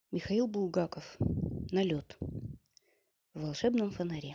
Михаил Булгаков. Налет. В волшебном фонаре.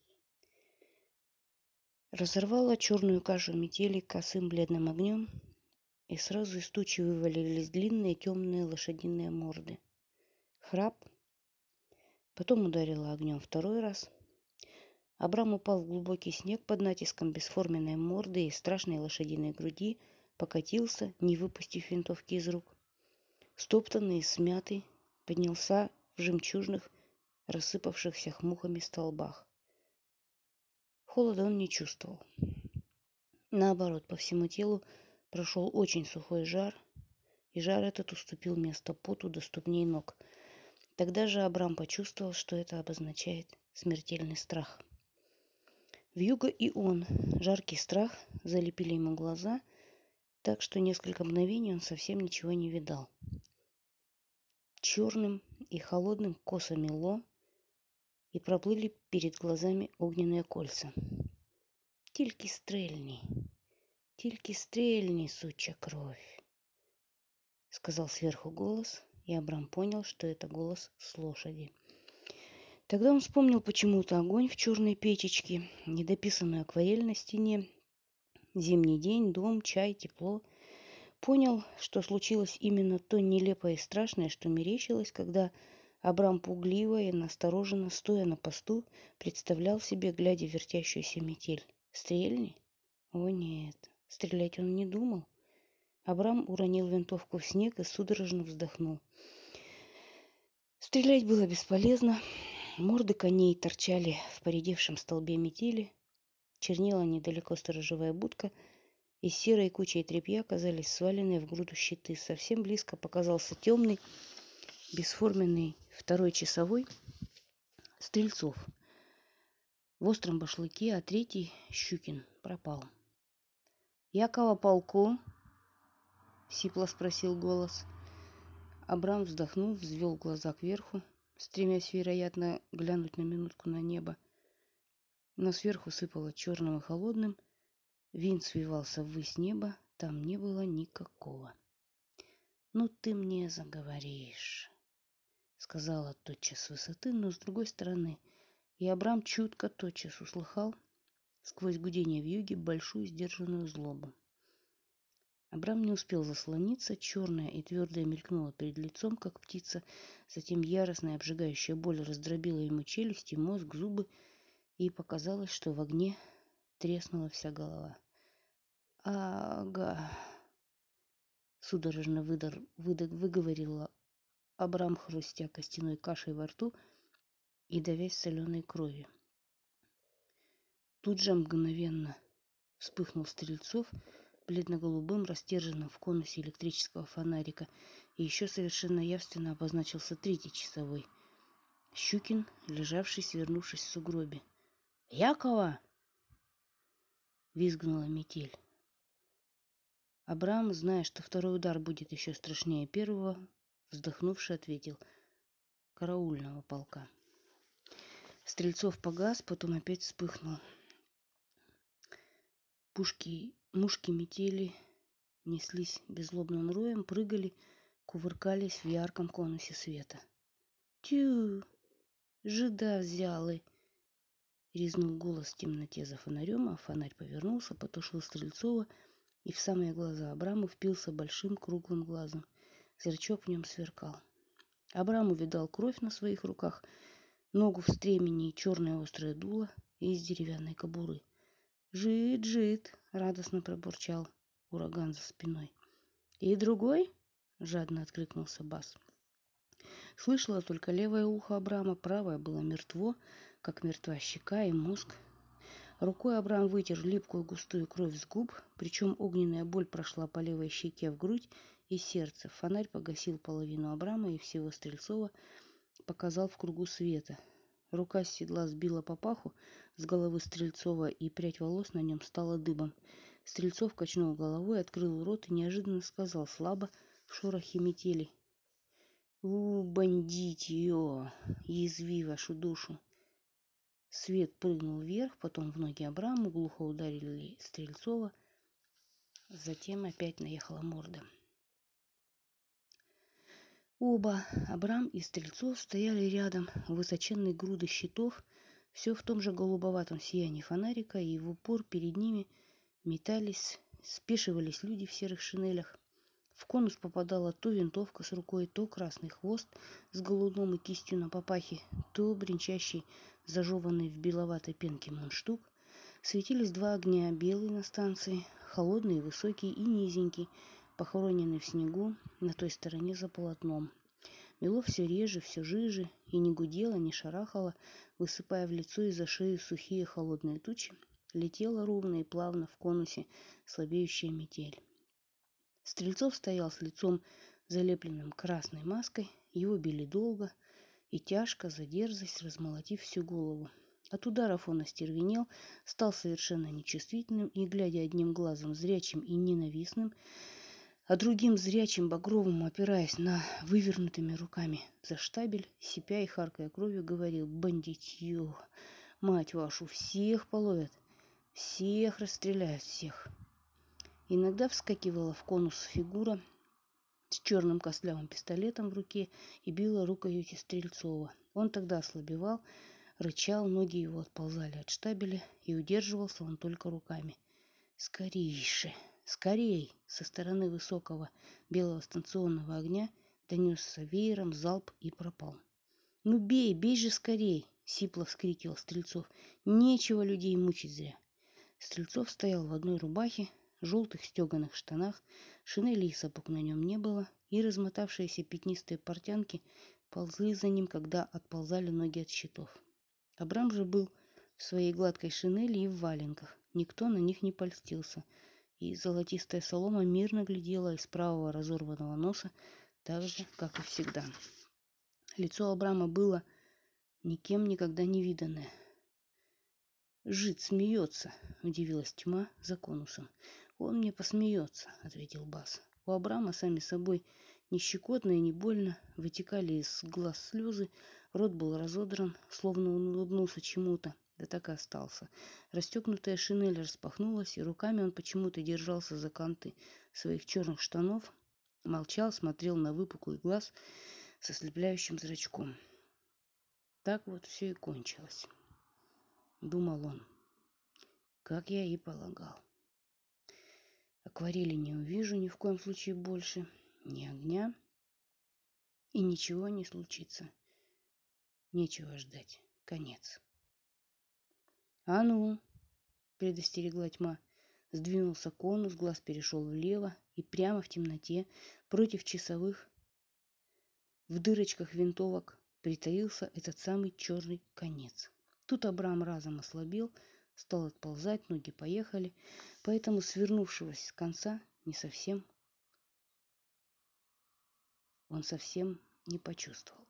Разорвала черную кашу метели косым бледным огнем, и сразу из тучи вывалились длинные темные лошадиные морды. Храп. Потом ударила огнем второй раз. Абрам упал в глубокий снег под натиском бесформенной морды и страшной лошадиной груди, покатился, не выпустив винтовки из рук. Стоптанный и смятый, поднялся в жемчужных, рассыпавшихся мухами столбах. Холода он не чувствовал. Наоборот, по всему телу прошел очень сухой жар, и жар этот уступил место поту до ступней ног. Тогда же Абрам почувствовал, что это обозначает смертельный страх. Вьюга и он, жаркий страх, залепили ему глаза, так что несколько мгновений он совсем ничего не видал. Черным и холодным косо мело, и проплыли перед глазами огненные кольца. Тільки стрельни, сучья кровь, сказал сверху голос, и Абрам понял, что это голос с лошади. Тогда он вспомнил почему-то огонь в черной печечке, недописанную акварель на стене, зимний день, дом, чай, тепло. Понял, что случилось именно то нелепое и страшное, что мерещилось, когда Абрам пугливо и настороженно, стоя на посту, представлял себе, глядя в вертящуюся метель. Стрельни? О нет, стрелять он не думал. Абрам уронил винтовку в снег и судорожно вздохнул. Стрелять было бесполезно. Морды коней торчали в поредевшем столбе метели. Чернела недалеко сторожевая будка. Из серой кучей тряпья оказались сваленные в груду щиты. Совсем близко показался темный, бесформенный второй часовой Стрельцов. В остром башлыке, а третий, Щукин, пропал. «Якова полку?» — сипло спросил голос. Абрам вздохнул, взвел глаза кверху, стремясь, вероятно, глянуть на минутку на небо. Но сверху сыпало черным и холодным. Винт свивался ввысь неба, там не было никакого. «Ну ты мне заговоришь», — сказала тотчас с высоты, но с другой стороны. И Абрам чутко тотчас услыхал сквозь гудение вьюги большую сдержанную злобу. Абрам не успел заслониться, черная и твердая мелькнула перед лицом, как птица, затем яростная обжигающая боль раздробила ему челюсти, мозг, зубы, и показалось, что в огне треснула вся голова. «Ага!» — судорожно выговорила Абрам, хрустя костяной кашей во рту и давясь соленой кровью. Тут же мгновенно вспыхнул Стрельцов бледно-голубым, растерженным в конусе электрического фонарика, и еще совершенно явственно обозначился третий часовой. Щукин, лежавший, свернувшись в сугробе. «Якова!» — визгнула метель. Абрам, зная, что второй удар будет еще страшнее первого, вздохнувши, ответил: «Караульного полка». Стрельцов погас, потом опять вспыхнул. Мушки метели неслись беззлобным роем, прыгали, кувыркались в ярком конусе света. «Тю! Жида взяли!» — резнул голос в темноте за фонарем, а фонарь повернулся, потушил Стрельцова, и в самые глаза Абраму впился большим круглым глазом. Зрачок в нем сверкал. Абрам увидал кровь на своих руках, ногу в стремени и черное острое дуло из деревянной кобуры. «Жид, жид!» — радостно пробурчал ураган за спиной. «И другой?» — жадно откликнулся бас. Слышала только левое ухо Абрама, правое было мертво, как мертва щека и мозг. Рукой Абрам вытер липкую густую кровь с губ, причем огненная боль прошла по левой щеке в грудь и сердце. Фонарь погасил половину Абрама и всего Стрельцова показал в кругу света. Рука с седла сбила папаху с головы Стрельцова, и прядь волос на нем стала дыбом. Стрельцов качнул головой, открыл рот и неожиданно сказал слабо в шорохе метели: бандитье, язви вашу душу!» Свет прыгнул вверх, потом в ноги Абраму, глухо ударили Стрельцова. Затем опять наехала морда. Оба, Абрам и Стрельцов, стояли рядом у высоченной груды щитов, все в том же голубоватом сиянии фонарика, и в упор перед ними метались, спешивались люди в серых шинелях. В конус попадала то винтовка с рукой, то красный хвост с голуном и кистью на папахе, то бренчащий, зажеванный в беловатой пенке мундштук. Светились два огня, белый на станции, холодный, высокий и низенький, похороненный в снегу на той стороне за полотном. Мело все реже, все жиже, и не гудело, не шарахало, высыпая в лицо и за шею сухие холодные тучи, летела ровно и плавно в конусе слабеющая метель. Стрельцов стоял с лицом, залепленным красной маской, его били долго и тяжко, за дерзость, размолотив всю голову. От ударов он остервенел, стал совершенно нечувствительным и, глядя одним глазом зрячим и ненавистным, а другим зрячим багровым, опираясь на вывернутыми руками за штабель, сипя и харкая кровью, говорил: «Бандитье! Мать вашу, всех половят, всех расстреляют, всех!» Иногда вскакивала в конус фигура с черным костлявым пистолетом в руке и била рукоятью Стрельцова. Он тогда ослабевал, рычал, ноги его отползали от штабеля, и удерживался он только руками. «Скорейше! Скорей!» Со стороны высокого белого станционного огня донесся веером залп и пропал. «Ну бей, бей же скорей!» — сипло вскрикивал Стрельцов. «Нечего людей мучить зря!» Стрельцов стоял в одной рубахе, желтых стеганых штанах, шинели и сапог на нем не было, и размотавшиеся пятнистые портянки ползли за ним, когда отползали ноги от щитов. Абрам же был в своей гладкой шинели и в валенках. Никто на них не польстился, и золотистая солома мирно глядела из правого разорванного носа, так же, как и всегда. Лицо Абрама было никем никогда не виданное. «Жид смеется», — удивилась тьма за конусом. «Он мне посмеется», — ответил Бас. У Абрама сами собой ни щекотно и не больно вытекали из глаз слезы, рот был разодран, словно он улыбнулся чему-то, да так и остался. Расстегнутая шинель распахнулась, и руками он почему-то держался за канты своих черных штанов, молчал, смотрел на выпуклый глаз со слепляющим зрачком. Так вот все и кончилось. Думал он, как я и полагал. Акварели не увижу ни в коем случае больше, ни огня, и ничего не случится. Нечего ждать. Конец. «А ну!» — предостерегла тьма. Сдвинулся конус, глаз перешел влево, и прямо в темноте, против часовых, в дырочках винтовок, притаился этот самый черный конец. Тут Абрам разом ослабел, стал отползать, ноги поехали, поэтому свернувшегося с конца он совсем не почувствовал.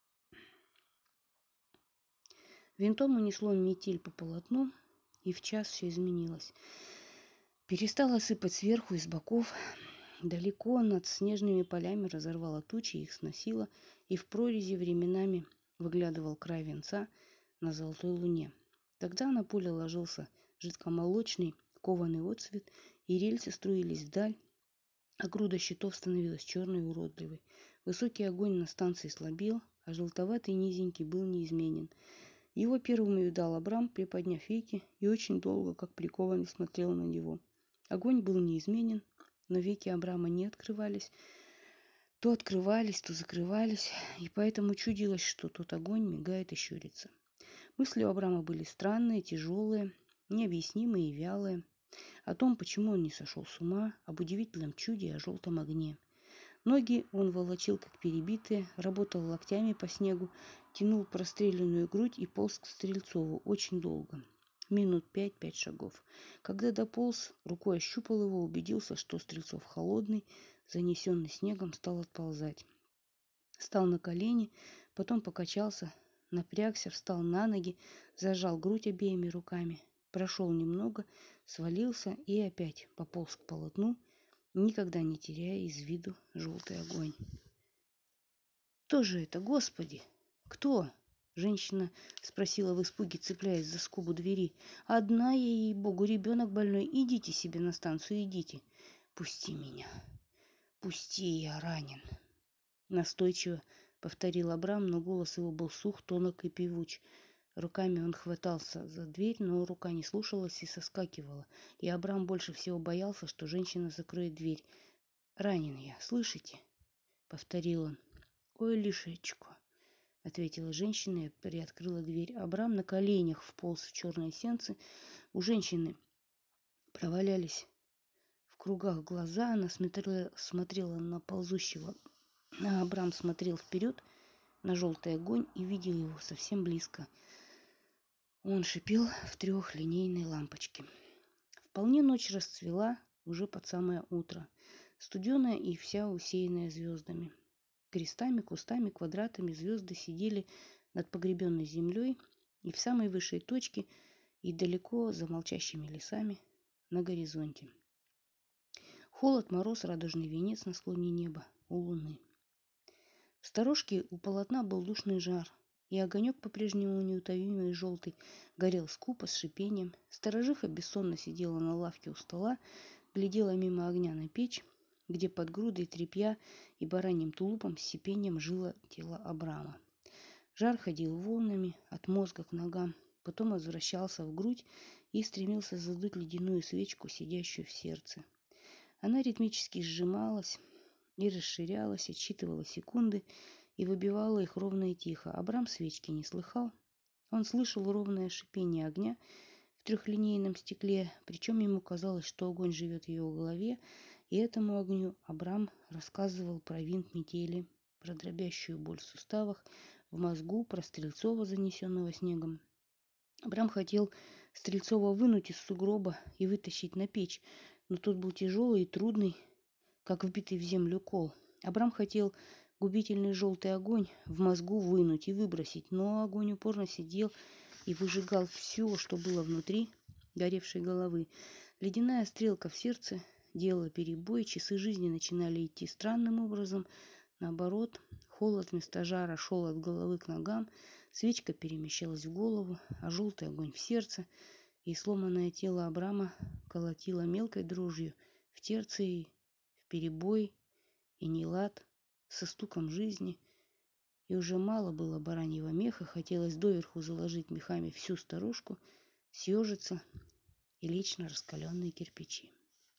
Винтом унесло метель по полотну, и в час все изменилось. Перестало сыпать сверху и с боков. Далеко над снежными полями разорвало тучи, их сносило, и в прорези временами выглядывал край венца на золотой луне. Тогда на поле ложился жидкомолочный кованый отцвет, и рельсы струились вдаль, а груда щитов становилась черной и уродливой. Высокий огонь на станции слабел, а желтоватый низенький был неизменен. Его первым увидал Абрам, приподняв веки, и очень долго, как прикованный, смотрел на него. Огонь был неизменен, но веки Абрама не открывались, то открывались, то закрывались, и поэтому чудилось, что тот огонь мигает и щурится. Мысли у Абрама были странные, тяжелые, необъяснимые и вялые. О том, почему он не сошел с ума, об удивительном чуде и о желтом огне. Ноги он волочил, как перебитые, работал локтями по снегу, тянул простреленную грудь и полз к Стрельцову очень долго. Минут 5 шагов. Когда дополз, рукой ощупал его, убедился, что Стрельцов холодный, занесенный снегом, стал отползать. Встал на колени, потом покачался, напрягся, встал на ноги, зажал грудь обеими руками, прошел немного, свалился и опять пополз к полотну, никогда не теряя из виду желтый огонь. «Кто же это, Господи? Кто?» Женщина спросила в испуге, цепляясь за скобу двери. «Одна я, ей-богу, ребенок больной. Идите себе на станцию, идите. Пусти меня. Пусти, я ранен». Настойчиво повторил Абрам, но голос его был сух, тонок и певуч. Руками он хватался за дверь, но рука не слушалась и соскакивала. И Абрам больше всего боялся, что женщина закроет дверь. «Ранен я, слышите?» — повторил он. «Ой, лишечко!» — ответила женщина и приоткрыла дверь. Абрам на коленях вполз в черные сенцы. У женщины провалялись в кругах глаза. Она смотрела на ползущего. А Абрам смотрел вперед на желтый огонь и видел его совсем близко. Он шипел в 3 линейной лампочке. Вполне ночь расцвела уже под самое утро, студеная и вся усеянная звездами. Крестами, кустами, квадратами звезды сидели над погребенной землей и в самой высшей точке, и далеко за молчащими лесами на горизонте. Холод, мороз, радужный венец на склоне неба у луны. В сторожке у полотна был душный жар, и огонек, по-прежнему неутомимый и желтый, горел скупо, с шипением. Сторожиха бессонно сидела на лавке у стола, глядела мимо огня на печь, где под грудой тряпья и бараньим тулупом с сипением жило тело Абрама. Жар ходил волнами от мозга к ногам, потом возвращался в грудь и стремился задуть ледяную свечку, сидящую в сердце. Она ритмически сжималась и расширялась, отсчитывала секунды и выбивала их ровно и тихо. Абрам свечки не слыхал. Он слышал ровное шипение огня в 3-линейном стекле, причем ему казалось, что огонь живет в его голове, и этому огню Абрам рассказывал про винт метели, про дробящую боль в суставах, в мозгу, про Стрельцова, занесенного снегом. Абрам хотел Стрельцова вынуть из сугроба и вытащить на печь, но тот был тяжелый и трудный, как вбитый в землю кол. Абрам хотел губительный желтый огонь в мозгу вынуть и выбросить, но огонь упорно сидел и выжигал все, что было внутри горевшей головы. Ледяная стрелка в сердце делала перебой, часы жизни начинали идти странным образом. Наоборот, холод вместо жара шел от головы к ногам, свечка перемещалась в голову, а желтый огонь в сердце, и сломанное тело Абрама колотило мелкой дрожью в терции, в перебой и нелад со стуком жизни. И уже мало было бараньего меха, хотелось доверху заложить мехами всю сторожку, съежиться и лечь на раскаленные кирпичи.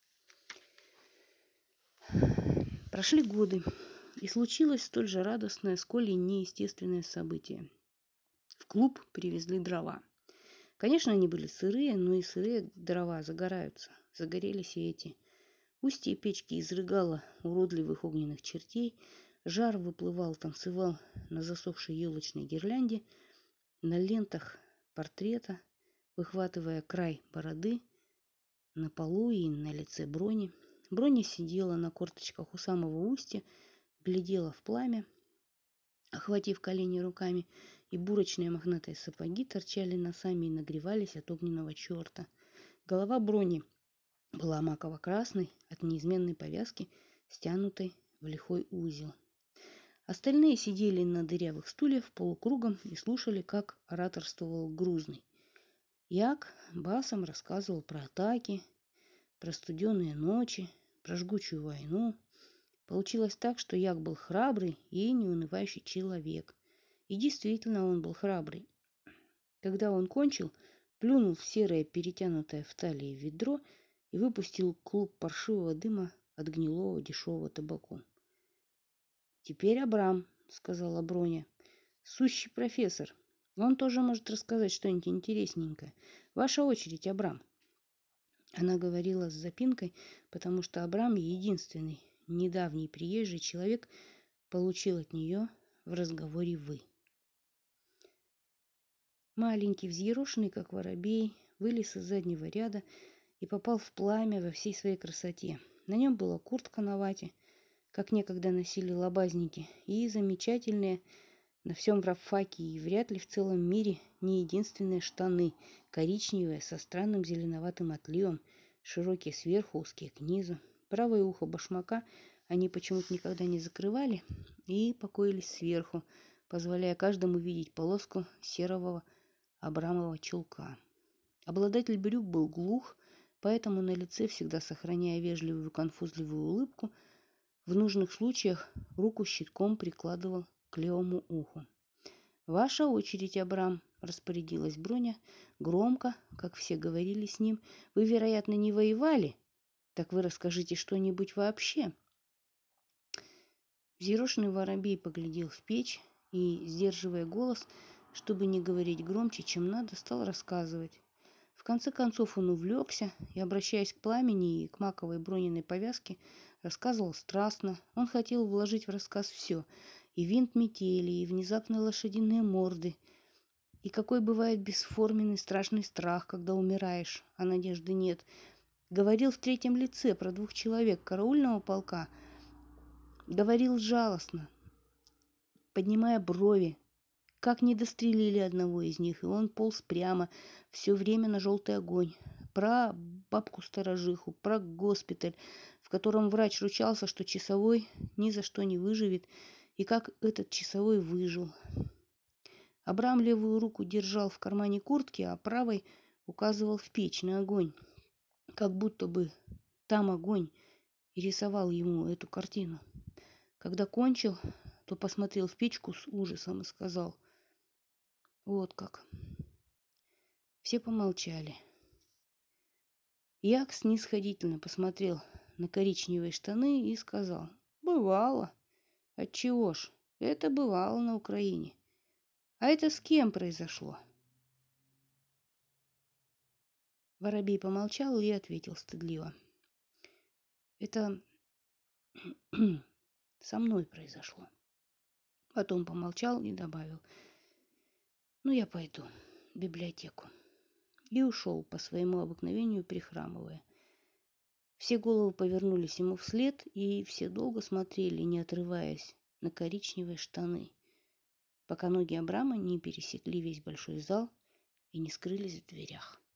Прошли годы, и случилось столь же радостное, сколь и неестественное событие. В клуб привезли дрова. Конечно, они были сырые, но и сырые дрова загораются. Загорелись и эти. Устье печки изрыгало уродливых огненных чертей, жар выплывал, танцевал на засохшей елочной гирлянде, на лентах портрета, выхватывая край бороды, на полу и на лице Брони. Броня сидела на корточках у самого устья, глядела в пламя, охватив колени руками, и бурочные мохнатые сапоги торчали носами и нагревались от огненного черта. Голова Брони была маково-красной от неизменной повязки, стянутой в лихой узел. Остальные сидели на дырявых стульях полукругом и слушали, как ораторствовал Грузный. Як басом рассказывал про атаки, про студеные ночи, про жгучую войну. Получилось так, что Як был храбрый и неунывающий человек. И действительно он был храбрый. Когда он кончил, плюнул в серое, перетянутое в талии ведро и выпустил клуб паршивого дыма от гнилого дешевого табаку. «Теперь Абрам», — сказала Броня, — «сущий профессор. Он тоже может рассказать что-нибудь интересненькое. Ваша очередь, Абрам». Она говорила с запинкой, потому что Абрам, единственный недавний приезжий человек, получил от нее в разговоре «вы». Маленький, взъерошенный, как воробей, вылез из заднего ряда и попал в пламя во всей своей красоте. На нем была куртка на вате, как некогда носили лобазники, и замечательные на всем рабфаке и вряд ли в целом мире не единственные штаны, коричневые, со странным зеленоватым отливом, широкие сверху, узкие к низу. Правое ухо башмака они почему-то никогда не закрывали и покоились сверху, позволяя каждому видеть полоску серого Абрамова чулка. Обладатель брюк был глух, поэтому на лице, всегда сохраняя вежливую конфузливую улыбку, в нужных случаях руку щитком прикладывал к левому уху. «Ваша очередь, Абрам», — распорядилась Броня, громко, как все говорили с ним. «Вы, вероятно, не воевали? Так вы расскажите что-нибудь вообще». Взъерошенный воробей поглядел в печь и, сдерживая голос, чтобы не говорить громче, чем надо, стал рассказывать. В конце концов он увлекся и, обращаясь к пламени и к маковой Брониной повязке, рассказывал страстно. Он хотел вложить в рассказ все — и винт метели, и внезапные лошадиные морды, и какой бывает бесформенный страшный страх, когда умираешь, а надежды нет. Говорил в третьем лице про 2 человек караульного полка. Говорил жалостно, поднимая брови, как не дострелили одного из них, и он полз прямо все время на желтый огонь. Про бабку-сторожиху, про госпиталь, в котором врач ручался, что часовой ни за что не выживет, и как этот часовой выжил. Абрам левую руку держал в кармане куртки, а правой указывал в печь на огонь, как будто бы там огонь, и рисовал ему эту картину. Когда кончил, то посмотрел в печку с ужасом и сказал: «Вот как». Все помолчали. Я снисходительно посмотрел на коричневые штаны и сказал: «Бывало. Отчего ж? Это бывало на Украине. А это с кем произошло?» Воробей помолчал и ответил стыдливо: «Это со мной произошло». Потом помолчал и добавил: «Ну, я пойду в библиотеку». И ушел по своему обыкновению, прихрамывая. Все головы повернулись ему вслед, и все долго смотрели, не отрываясь, на коричневые штаны, пока ноги Абрама не пересекли весь большой зал и не скрылись в дверях.